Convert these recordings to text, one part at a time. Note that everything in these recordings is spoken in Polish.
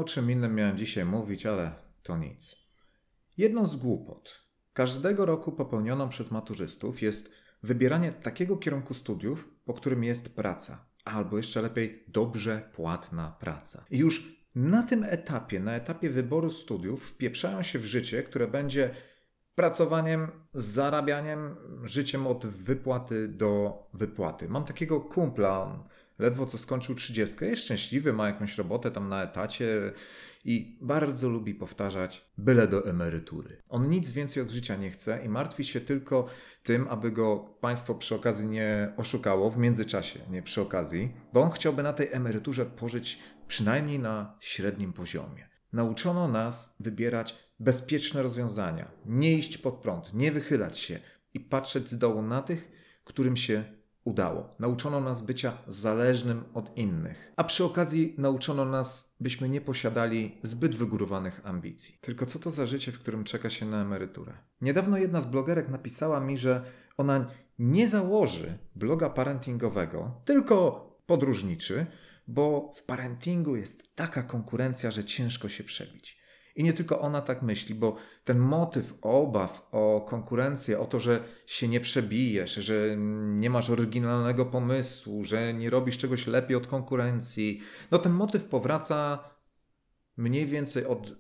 czym innym miałem dzisiaj mówić, ale to nic. Jedną z głupot każdego roku popełnioną przez maturzystów jest wybieranie takiego kierunku studiów, po którym jest praca, albo jeszcze lepiej dobrze płatna praca. I już na tym etapie, na etapie wyboru studiów wpieprzają się w życie, które będzie pracowaniem, zarabianiem, życiem od wypłaty do wypłaty. Mam takiego kumpla, on ledwo co skończył 30, jest szczęśliwy, ma jakąś robotę tam na etacie i bardzo lubi powtarzać byle do emerytury. On nic więcej od życia nie chce i martwi się tylko tym, aby go państwo przy okazji nie oszukało, w międzyczasie, nie przy okazji, bo on chciałby na tej emeryturze pożyć przynajmniej na średnim poziomie. Nauczono nas wybierać bezpieczne rozwiązania, nie iść pod prąd, nie wychylać się i patrzeć z dołu na tych, którym się udało. Nauczono nas bycia zależnym od innych, a przy okazji nauczono nas, byśmy nie posiadali zbyt wygórowanych ambicji. Tylko co to za życie, w którym czeka się na emeryturę? Niedawno jedna z blogerek napisała mi, że ona nie założy bloga parentingowego, tylko podróżniczy, bo w parentingu jest taka konkurencja, że ciężko się przebić. I nie tylko ona tak myśli, bo ten motyw obaw o konkurencję, o to, że się nie przebijesz, że nie masz oryginalnego pomysłu, że nie robisz czegoś lepiej od konkurencji, no ten motyw powraca mniej więcej od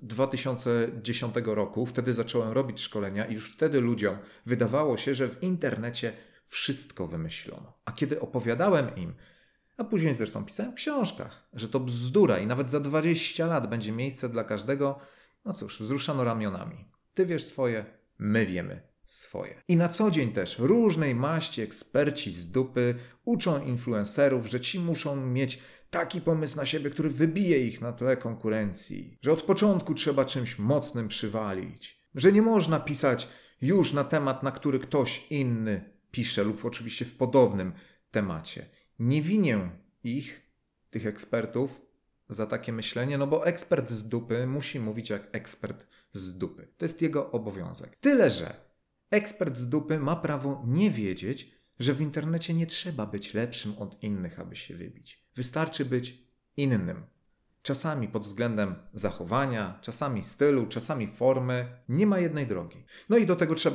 2010 roku. Wtedy zacząłem robić szkolenia i już wtedy ludziom wydawało się, że w internecie wszystko wymyślono. A kiedy opowiadałem im, a później zresztą pisałem w książkach, że to bzdura i nawet za 20 lat będzie miejsce dla każdego, no cóż, wzruszano ramionami. Ty wiesz swoje, my wiemy swoje. I na co dzień też różnej maści eksperci z dupy uczą influencerów, że ci muszą mieć taki pomysł na siebie, który wybije ich na tle konkurencji, że od początku trzeba czymś mocnym przywalić, że nie można pisać już na temat, na który ktoś inny pisze lub oczywiście w podobnym temacie. Nie winię ich, tych ekspertów, za takie myślenie, no bo ekspert z dupy musi mówić jak ekspert z dupy. To jest jego obowiązek. Tyle, że ekspert z dupy ma prawo nie wiedzieć, że w internecie nie trzeba być lepszym od innych, aby się wybić. Wystarczy być innym. Czasami pod względem zachowania, czasami stylu, czasami formy. Nie ma jednej drogi. No i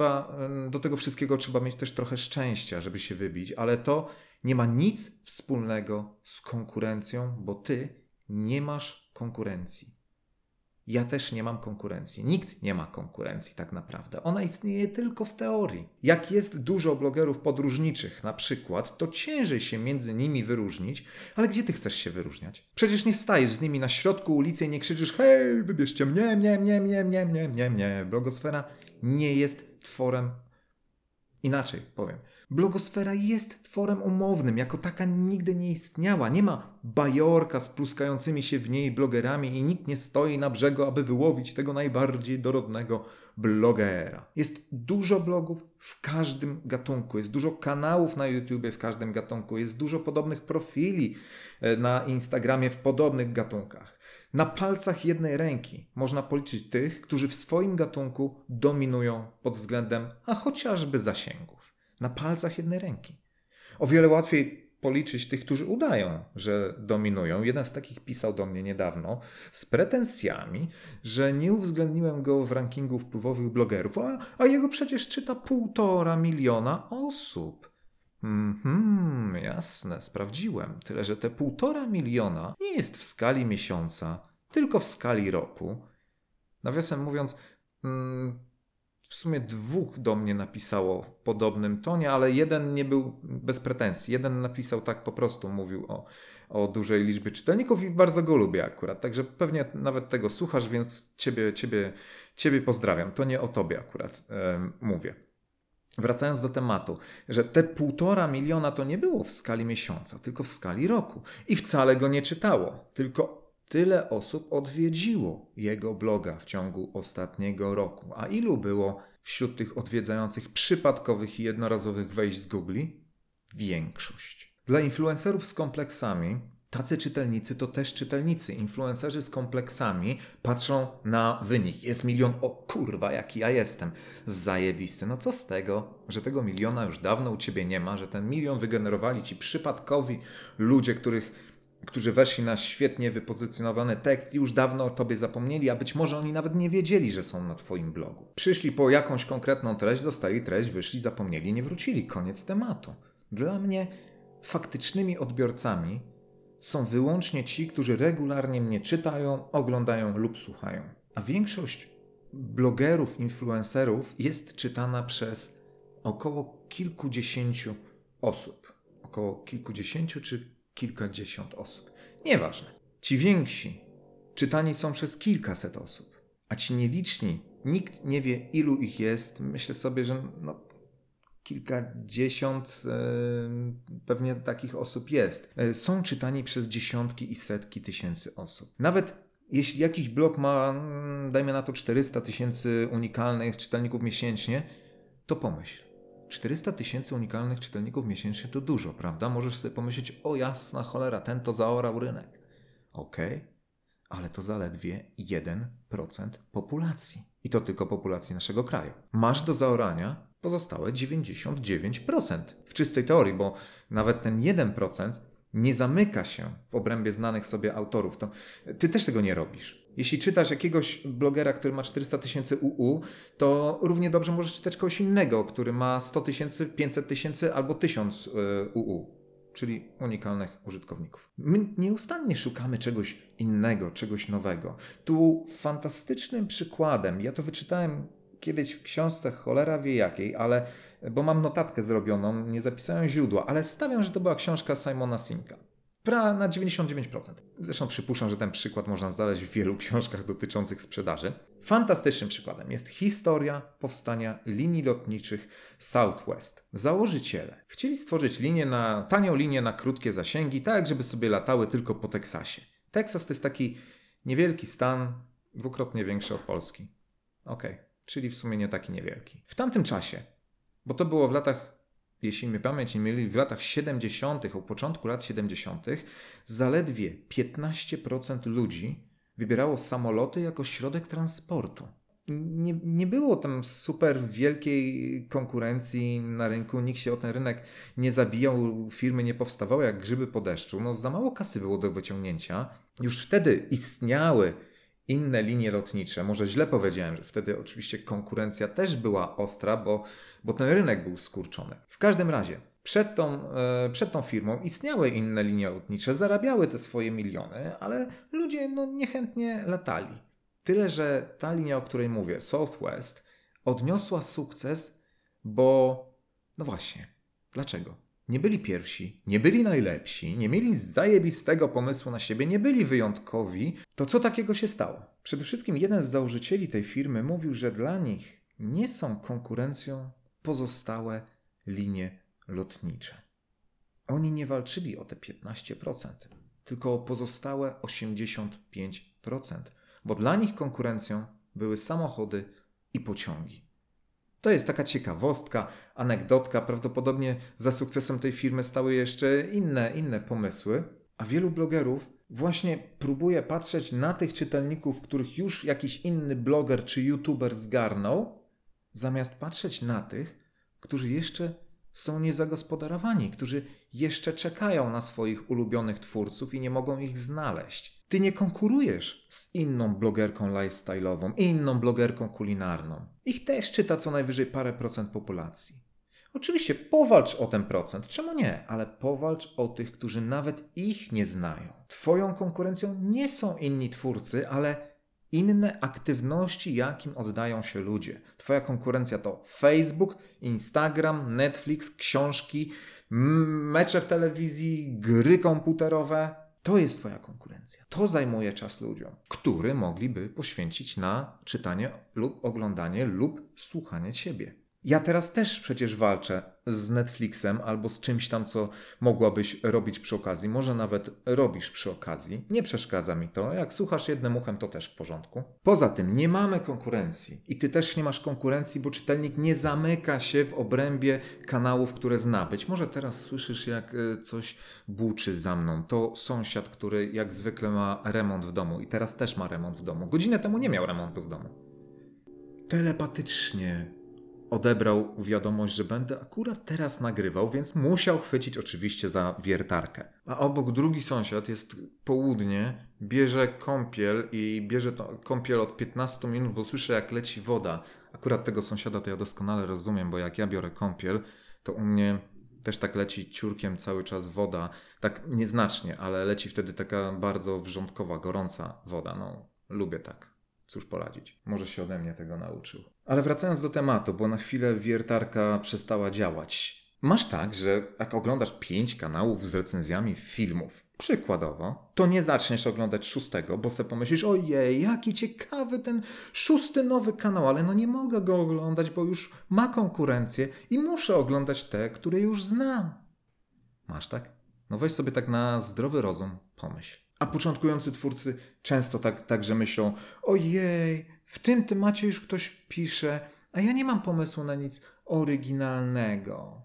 do tego wszystkiego trzeba mieć też trochę szczęścia, żeby się wybić, ale to nie ma nic wspólnego z konkurencją, bo ty nie masz konkurencji. Ja też nie mam konkurencji. Nikt nie ma konkurencji tak naprawdę. Ona istnieje tylko w teorii. Jak jest dużo blogerów podróżniczych na przykład, to ciężej się między nimi wyróżnić, ale gdzie ty chcesz się wyróżniać? Przecież nie stajesz z nimi na środku ulicy i nie krzyczysz: hej, wybierzcie mnie, mnie. Blogosfera nie jest tworem. Inaczej powiem. Blogosfera jest tworem umownym, jako taka nigdy nie istniała. Nie ma bajorka z pluskającymi się w niej blogerami i nikt nie stoi na brzegu, aby wyłowić tego najbardziej dorodnego blogera. Jest dużo blogów w każdym gatunku, jest dużo kanałów na YouTubie w każdym gatunku, jest dużo podobnych profili na Instagramie w podobnych gatunkach. Na palcach jednej ręki można policzyć tych, którzy w swoim gatunku dominują pod względem, a chociażby zasięgów. Na palcach jednej ręki. O wiele łatwiej policzyć tych, którzy udają, że dominują. Jeden z takich pisał do mnie niedawno z pretensjami, że nie uwzględniłem go w rankingu wpływowych blogerów, a jego przecież czyta 1,5 miliona osób. Jasne, sprawdziłem. Tyle, że te 1,5 miliona nie jest w skali miesiąca, tylko w skali roku. Nawiasem mówiąc, w sumie 2 do mnie napisało w podobnym tonie, ale jeden nie był bez pretensji. Jeden napisał tak po prostu, mówił o dużej liczbie czytelników i bardzo go lubię akurat. Także pewnie nawet tego słuchasz, więc ciebie pozdrawiam. To nie o tobie akurat mówię. Wracając do tematu, że te 1,5 miliona to nie było w skali miesiąca, tylko w skali roku. I wcale go nie czytało, tylko tyle osób odwiedziło jego bloga w ciągu ostatniego roku. A ilu było wśród tych odwiedzających przypadkowych i jednorazowych wejść z Google? Większość. Dla influencerów z kompleksami tacy czytelnicy to też czytelnicy. Influencerzy z kompleksami patrzą na wynik. Jest 1 milion, o kurwa, jaki ja jestem. Zajebisty. No co z tego, że tego 1 miliona już dawno u ciebie nie ma, że ten 1 milion wygenerowali ci przypadkowi ludzie, których którzy weszli na świetnie wypozycjonowany tekst i już dawno o tobie zapomnieli, a być może oni nawet nie wiedzieli, że są na twoim blogu. Przyszli po jakąś konkretną treść, dostali treść, wyszli, zapomnieli, nie wrócili. Koniec tematu. Dla mnie faktycznymi odbiorcami są wyłącznie ci, którzy regularnie mnie czytają, oglądają lub słuchają. A większość blogerów, influencerów jest czytana przez około kilkudziesięciu osób. Około kilkudziesięciu czy kilkadziesiąt osób. Nieważne. Ci więksi czytani są przez kilkaset osób, a ci nieliczni, nikt nie wie ilu ich jest. Myślę sobie, że kilkadziesiąt pewnie takich osób jest. Są czytani przez dziesiątki i setki tysięcy osób. Nawet jeśli jakiś blog ma, dajmy na to 400 000 unikalnych czytelników miesięcznie, to pomyśl. 400 000 unikalnych czytelników miesięcznie to dużo, prawda? Możesz sobie pomyśleć, o jasna cholera, ten to zaorał rynek. Okej, ale to zaledwie 1% populacji. I to tylko populacji naszego kraju. Masz do zaorania pozostałe 99%. W czystej teorii, bo nawet ten 1% nie zamyka się w obrębie znanych sobie autorów. To ty też tego nie robisz. Jeśli czytasz jakiegoś blogera, który ma 400 000 UU, to równie dobrze możesz czytać kogoś innego, który ma 100 000, 500 000 albo 1000 UU, czyli unikalnych użytkowników. My nieustannie szukamy czegoś innego, czegoś nowego. Tu fantastycznym przykładem, ja to wyczytałem kiedyś w książce, cholera wie jakiej, bo mam notatkę zrobioną, nie zapisałem źródła, ale stawiam, że to była książka Simona Sinka. Na 99%. Zresztą przypuszczam, że ten przykład można znaleźć w wielu książkach dotyczących sprzedaży. Fantastycznym przykładem jest historia powstania linii lotniczych Southwest. Założyciele chcieli stworzyć tanią linię na krótkie zasięgi, tak żeby sobie latały tylko po Teksasie. Teksas to jest taki niewielki stan, dwukrotnie większy od Polski. Czyli w sumie nie taki niewielki. W tamtym czasie, bo to było w latach, jeśli mnie pamięć nie myli, w latach 70., o początku lat 70., zaledwie 15% ludzi wybierało samoloty jako środek transportu. Nie było tam super wielkiej konkurencji na rynku, nikt się o ten rynek nie zabijał, firmy nie powstawały jak grzyby po deszczu. Za mało kasy było do wyciągnięcia. Już wtedy istniały inne linie lotnicze. Może źle powiedziałem, że wtedy oczywiście konkurencja też była ostra, bo ten rynek był skurczony. W każdym razie, przed tą firmą istniały inne linie lotnicze, zarabiały te swoje miliony, ale ludzie niechętnie latali. Tyle, że ta linia, o której mówię, Southwest, odniosła sukces, bo właśnie, dlaczego? Nie byli pierwsi, nie byli najlepsi, nie mieli zajebistego pomysłu na siebie, nie byli wyjątkowi. To co takiego się stało? Przede wszystkim jeden z założycieli tej firmy mówił, że dla nich nie są konkurencją pozostałe linie lotnicze. Oni nie walczyli o te 15%, tylko o pozostałe 85%, bo dla nich konkurencją były samochody i pociągi. To jest taka ciekawostka, anegdotka. Prawdopodobnie za sukcesem tej firmy stały jeszcze inne pomysły. A wielu blogerów właśnie próbuje patrzeć na tych czytelników, których już jakiś inny bloger czy youtuber zgarnął, zamiast patrzeć na tych, którzy jeszcze są niezagospodarowani, którzy jeszcze czekają na swoich ulubionych twórców i nie mogą ich znaleźć. Ty nie konkurujesz z inną blogerką lifestyle'ową, inną blogerką kulinarną. Ich też czyta co najwyżej parę procent populacji. Oczywiście powalcz o ten procent, czemu nie, ale powalcz o tych, którzy nawet ich nie znają. Twoją konkurencją nie są inni twórcy, ale inne aktywności, jakim oddają się ludzie. Twoja konkurencja to Facebook, Instagram, Netflix, książki, mecze w telewizji, gry komputerowe. To jest twoja konkurencja. To zajmuje czas ludziom, który mogliby poświęcić na czytanie lub oglądanie lub słuchanie ciebie. Ja teraz też przecież walczę z Netflixem albo z czymś tam, co mogłabyś robić przy okazji. Może nawet robisz przy okazji. Nie przeszkadza mi to. Jak słuchasz jednym uchem, to też w porządku. Poza tym nie mamy konkurencji. I ty też nie masz konkurencji, bo czytelnik nie zamyka się w obrębie kanałów, które zna. Być może teraz słyszysz, jak coś buczy za mną. To sąsiad, który jak zwykle ma remont w domu. I teraz też ma remont w domu. Godzinę temu nie miał remontu w domu. Telepatycznie odebrał wiadomość, że będę akurat teraz nagrywał, więc musiał chwycić oczywiście za wiertarkę. A obok drugi sąsiad, jest południe, bierze kąpiel i bierze to kąpiel od 15 minut, bo słyszę jak leci woda. Akurat tego sąsiada to ja doskonale rozumiem, bo jak ja biorę kąpiel, to u mnie też tak leci ciurkiem cały czas woda. Tak nieznacznie, ale leci wtedy taka bardzo wrzątkowa, gorąca woda. No, lubię tak. Cóż poradzić, może się ode mnie tego nauczył. Ale wracając do tematu, bo na chwilę wiertarka przestała działać. Masz tak, że jak oglądasz 5 kanałów z recenzjami filmów, przykładowo, to nie zaczniesz oglądać 6, bo sobie pomyślisz, ojej, jaki ciekawy ten 6 nowy kanał, ale no nie mogę go oglądać, bo już ma konkurencję i muszę oglądać te, które już znam. Masz tak? No weź sobie tak na zdrowy rozum pomyśl. A początkujący twórcy często także myślą, ojej, w tym temacie już ktoś pisze, a ja nie mam pomysłu na nic oryginalnego.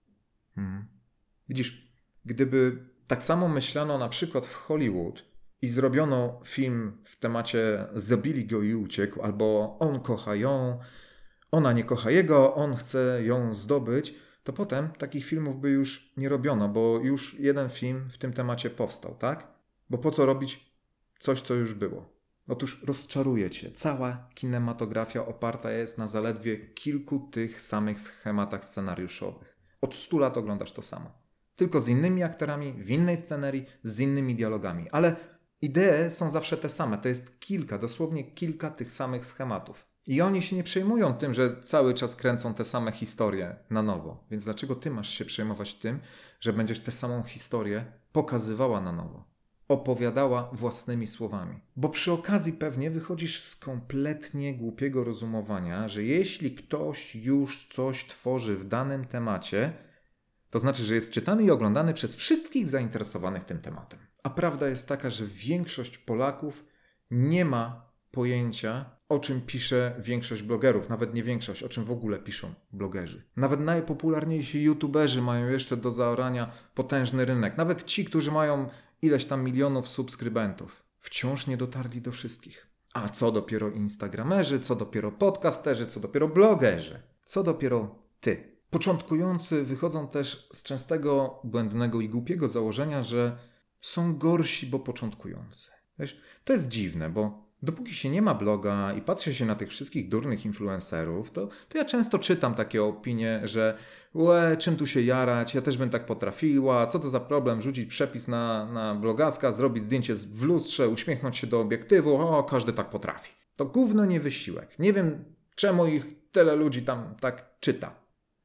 Widzisz, gdyby tak samo myślano na przykład w Hollywood i zrobiono film w temacie zabili go i uciekł, albo on kocha ją, ona nie kocha jego, on chce ją zdobyć, to potem takich filmów by już nie robiono, bo już jeden film w tym temacie powstał, tak? Bo po co robić coś, co już było? Otóż rozczaruje cię. Cała kinematografia oparta jest na zaledwie kilku tych samych schematach scenariuszowych. Od 100 lat oglądasz to samo. Tylko z innymi aktorami, w innej scenerii, z innymi dialogami. Ale idee są zawsze te same. To jest dosłownie kilka tych samych schematów. I oni się nie przejmują tym, że cały czas kręcą te same historie na nowo. Więc dlaczego ty masz się przejmować tym, że będziesz tę samą historię pokazywała na nowo? Opowiadała własnymi słowami. Bo przy okazji pewnie wychodzisz z kompletnie głupiego rozumowania, że jeśli ktoś już coś tworzy w danym temacie, to znaczy, że jest czytany i oglądany przez wszystkich zainteresowanych tym tematem. A prawda jest taka, że większość Polaków nie ma pojęcia, o czym pisze większość blogerów. Nawet nie większość, o czym w ogóle piszą blogerzy. Nawet najpopularniejsi youtuberzy mają jeszcze do zaorania potężny rynek. Nawet ci, którzy mają ileś tam milionów subskrybentów, wciąż nie dotarli do wszystkich. A co dopiero instagramerzy, co dopiero podcasterzy, co dopiero blogerzy, co dopiero ty. Początkujący wychodzą też z częstego, błędnego i głupiego założenia, że są gorsi, bo początkujący. Wiesz, to jest dziwne, bo dopóki się nie ma bloga i patrzy się na tych wszystkich durnych influencerów, to ja często czytam takie opinie, że czym tu się jarać, ja też bym tak potrafiła, co to za problem rzucić przepis na blogaska, zrobić zdjęcie w lustrze, uśmiechnąć się do obiektywu, każdy tak potrafi. To gówno nie wysiłek. Nie wiem, czemu ich tyle ludzi tam tak czyta.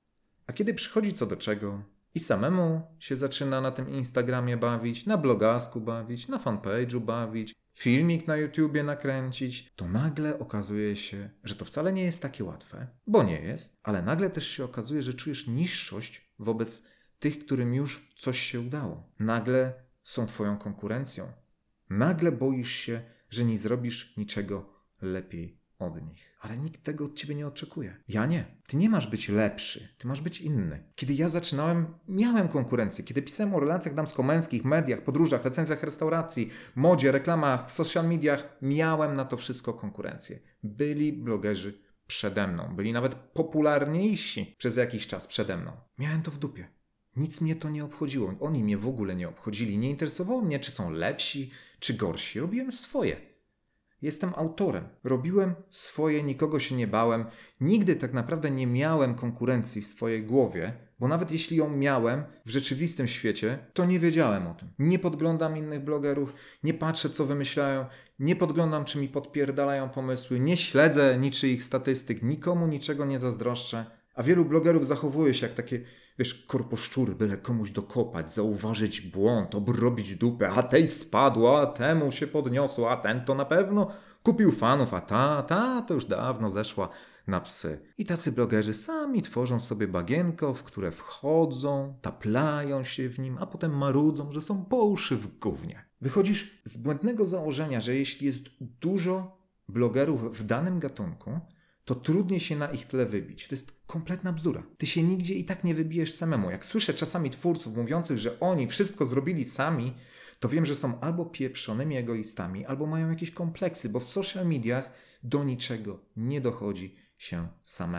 A kiedy przychodzi co do czego i samemu się zaczyna na tym Instagramie bawić, na blogasku bawić, na fanpage'u bawić, filmik na YouTubie nakręcić, to nagle okazuje się, że to wcale nie jest takie łatwe, bo nie jest, ale nagle też się okazuje, że czujesz niższość wobec tych, którym już coś się udało. Nagle są twoją konkurencją. Nagle boisz się, że nie zrobisz niczego lepiej od nich. Ale nikt tego od ciebie nie oczekuje. Ja nie. Ty nie masz być lepszy. Ty masz być inny. Kiedy ja zaczynałem, miałem konkurencję. Kiedy pisałem o relacjach damsko-męskich, mediach, podróżach, recenzjach restauracji, modzie, reklamach, social mediach, miałem na to wszystko konkurencję. Byli blogerzy przede mną. Byli nawet popularniejsi przez jakiś czas przede mną. Miałem to w dupie. Nic mnie to nie obchodziło. Oni mnie w ogóle nie obchodzili. Nie interesowało mnie, czy są lepsi, czy gorsi. Robiłem swoje. Jestem autorem. Robiłem swoje, nikogo się nie bałem. Nigdy tak naprawdę nie miałem konkurencji w swojej głowie, bo nawet jeśli ją miałem w rzeczywistym świecie, to nie wiedziałem o tym. Nie podglądam innych blogerów, nie patrzę co wymyślają, nie podglądam czy mi podpierdalają pomysły, nie śledzę niczyich statystyk, nikomu niczego nie zazdroszczę. A wielu blogerów zachowuje się jak takie, korposzczury, byle komuś dokopać, zauważyć błąd, obrobić dupę, a tej spadło, a temu się podniosło, a ten to na pewno kupił fanów, a ta to już dawno zeszła na psy. I tacy blogerzy sami tworzą sobie bagienko, w które wchodzą, taplają się w nim, a potem marudzą, że są po uszy w gównie. Wychodzisz z błędnego założenia, że jeśli jest dużo blogerów w danym gatunku, to trudniej się na ich tle wybić. To jest kompletna bzdura. Ty się nigdzie i tak nie wybijesz samemu. Jak słyszę czasami twórców mówiących, że oni wszystko zrobili sami, to wiem, że są albo pieprzonymi egoistami, albo mają jakieś kompleksy, bo w social mediach do niczego nie dochodzi się samemu.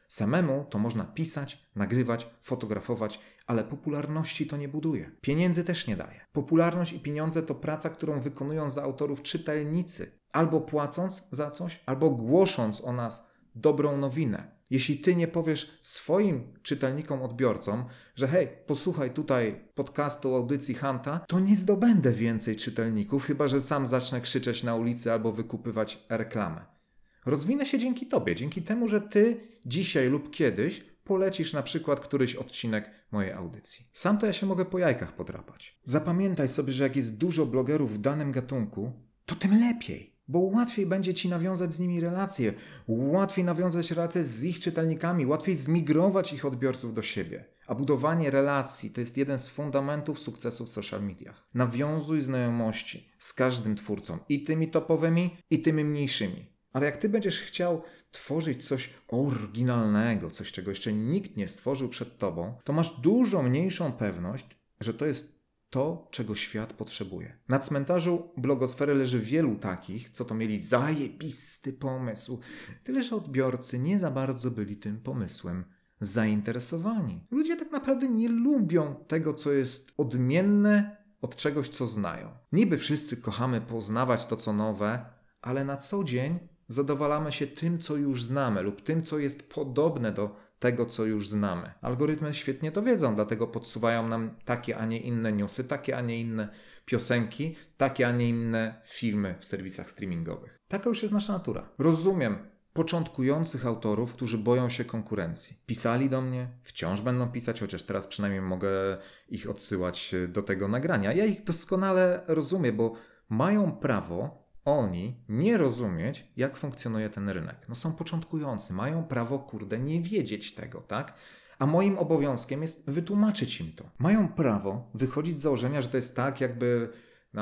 Samemu to można pisać, nagrywać, fotografować, ale popularności to nie buduje. Pieniędzy też nie daje. Popularność i pieniądze to praca, którą wykonują za autorów czytelnicy. Albo płacąc za coś, albo głosząc o nas dobrą nowinę. Jeśli ty nie powiesz swoim czytelnikom, odbiorcom, że hej, posłuchaj tutaj podcastu, audycji Hanta, to nie zdobędę więcej czytelników, chyba że sam zacznę krzyczeć na ulicy albo wykupywać reklamę. Rozwinę się dzięki tobie, dzięki temu, że ty dzisiaj lub kiedyś polecisz na przykład któryś odcinek mojej audycji. Sam to ja się mogę po jajkach podrapać. Zapamiętaj sobie, że jak jest dużo blogerów w danym gatunku, to tym lepiej. Bo łatwiej będzie ci nawiązać z nimi relacje, łatwiej nawiązać relacje z ich czytelnikami, łatwiej zmigrować ich odbiorców do siebie. A budowanie relacji to jest jeden z fundamentów sukcesu w social mediach. Nawiązuj znajomości z każdym twórcą, i tymi topowymi, i tymi mniejszymi. Ale jak ty będziesz chciał tworzyć coś oryginalnego, coś, czego jeszcze nikt nie stworzył przed tobą, to masz dużo mniejszą pewność, że to jest to, czego świat potrzebuje. Na cmentarzu blogosfery leży wielu takich, co to mieli zajebisty pomysł. Tyle, że odbiorcy nie za bardzo byli tym pomysłem zainteresowani. Ludzie tak naprawdę nie lubią tego, co jest odmienne od czegoś, co znają. Niby wszyscy kochamy poznawać to, co nowe, ale na co dzień zadowalamy się tym, co już znamy lub tym, co jest podobne do tego, co już znamy. Algorytmy świetnie to wiedzą, dlatego podsuwają nam takie, a nie inne newsy, takie, a nie inne piosenki, takie, a nie inne filmy w serwisach streamingowych. Taka już jest nasza natura. Rozumiem początkujących autorów, którzy boją się konkurencji. Pisali do mnie, wciąż będą pisać, chociaż teraz przynajmniej mogę ich odsyłać do tego nagrania. Ja ich doskonale rozumiem, bo mają prawo oni nie rozumieć, jak funkcjonuje ten rynek. No są początkujący, mają prawo, nie wiedzieć tego, tak? A moim obowiązkiem jest wytłumaczyć im to. Mają prawo wychodzić z założenia, że to jest tak, jakby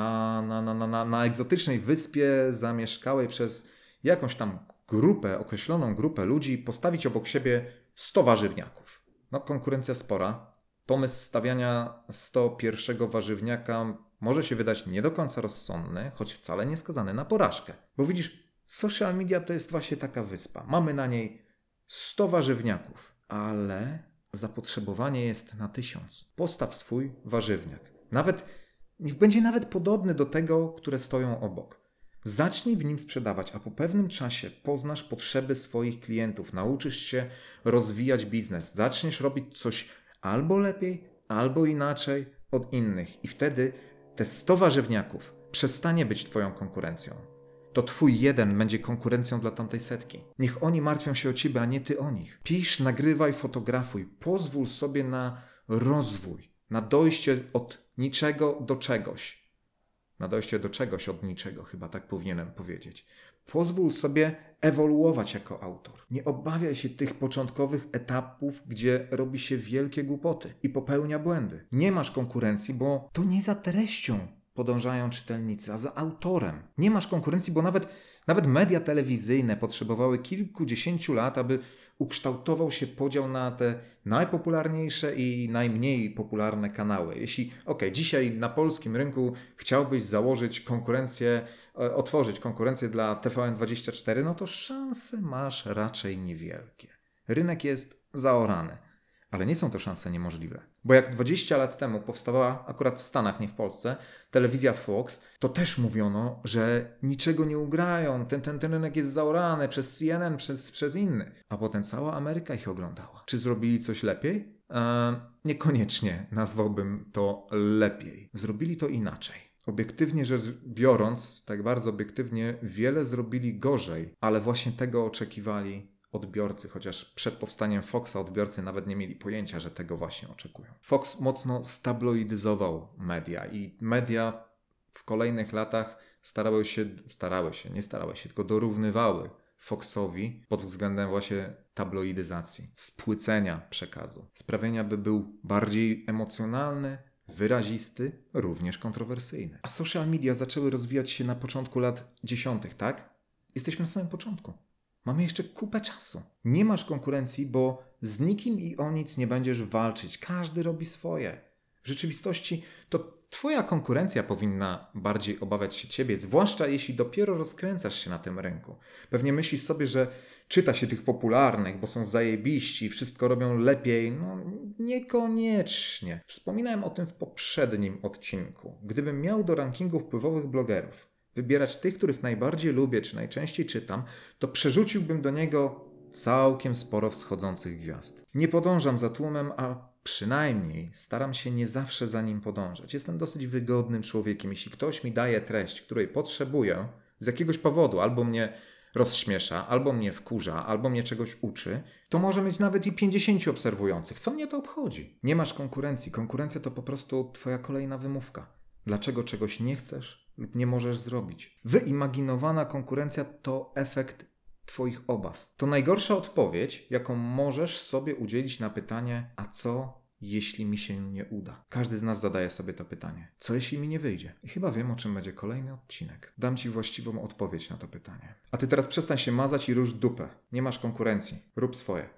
na egzotycznej wyspie zamieszkałej przez jakąś tam grupę, określoną grupę ludzi, postawić obok siebie 100 warzywniaków. No konkurencja spora. Pomysł stawiania 101 warzywniaka może się wydać nie do końca rozsądny, choć wcale nie skazany na porażkę. Bo widzisz, social media to jest właśnie taka wyspa. Mamy na niej 100 warzywniaków, ale zapotrzebowanie jest na 1000. Postaw swój warzywniak. Niech będzie nawet podobny do tego, które stoją obok. Zacznij w nim sprzedawać, a po pewnym czasie poznasz potrzeby swoich klientów, nauczysz się rozwijać biznes, zaczniesz robić coś albo lepiej, albo inaczej od innych i wtedy te 100 warzywniaków przestanie być twoją konkurencją. To twój jeden będzie konkurencją dla tamtej setki. Niech oni martwią się o ciebie, a nie ty o nich. Pisz, nagrywaj, fotografuj. Pozwól sobie na rozwój, na dojście od niczego do czegoś. Na dojście do czegoś od niczego, chyba tak powinienem powiedzieć. Pozwól sobie ewoluować jako autor. Nie obawiaj się tych początkowych etapów, gdzie robi się wielkie głupoty i popełnia błędy. Nie masz konkurencji, bo to nie za treścią podążają czytelnicy, a za autorem. Nie masz konkurencji, bo nawet media telewizyjne potrzebowały kilkudziesięciu lat, aby ukształtował się podział na te najpopularniejsze i najmniej popularne kanały. Jeśli, dzisiaj na polskim rynku chciałbyś otworzyć konkurencję dla TVN24, no to szanse masz raczej niewielkie. Rynek jest zaorany. Ale nie są to szanse niemożliwe. Bo jak 20 lat temu powstawała, akurat w Stanach, nie w Polsce, telewizja Fox, to też mówiono, że niczego nie ugrają, ten rynek jest zaorany przez CNN, przez innych. A potem cała Ameryka ich oglądała. Czy zrobili coś lepiej? Niekoniecznie nazwałbym to lepiej. Zrobili to inaczej. Obiektywnie rzecz biorąc, tak bardzo obiektywnie, wiele zrobili gorzej, ale właśnie tego oczekiwali odbiorcy, chociaż przed powstaniem Foxa odbiorcy nawet nie mieli pojęcia, że tego właśnie oczekują. Fox mocno stabloidyzował media i media w kolejnych latach tylko dorównywały Foxowi pod względem właśnie tabloidyzacji, spłycenia przekazu, sprawienia, by był bardziej emocjonalny, wyrazisty, również kontrowersyjny. A social media zaczęły rozwijać się na początku lat 10., tak? Jesteśmy na samym początku. Mamy jeszcze kupę czasu. Nie masz konkurencji, bo z nikim i o nic nie będziesz walczyć. Każdy robi swoje. W W rzeczywistości to twoja konkurencja powinna bardziej obawiać się ciebie, zwłaszcza jeśli dopiero rozkręcasz się na tym rynku. Pewnie myślisz sobie, że czyta się tych popularnych, bo są zajebiści i wszystko robią lepiej. No niekoniecznie. Wspominałem o tym w poprzednim odcinku. Gdybym miał do rankingu wpływowych blogerów wybierać tych, których najbardziej lubię czy najczęściej czytam, to przerzuciłbym do niego całkiem sporo wschodzących gwiazd. Nie podążam za tłumem, a przynajmniej staram się nie zawsze za nim podążać. Jestem dosyć wygodnym człowiekiem. Jeśli ktoś mi daje treść, której potrzebuję z jakiegoś powodu, albo mnie rozśmiesza, albo mnie wkurza, albo mnie czegoś uczy, to może mieć nawet i 50 obserwujących. Co mnie to obchodzi? Nie masz konkurencji. Konkurencja to po prostu twoja kolejna wymówka. Dlaczego czegoś nie chcesz lub nie możesz zrobić? Wyimaginowana konkurencja to efekt twoich obaw. To najgorsza odpowiedź, jaką możesz sobie udzielić na pytanie, a co jeśli mi się nie uda? Każdy z nas zadaje sobie to pytanie. Co jeśli mi nie wyjdzie? I chyba wiem, o czym będzie kolejny odcinek. Dam ci właściwą odpowiedź na to pytanie. A ty teraz przestań się mazać i rusz dupę. Nie masz konkurencji. Rób swoje.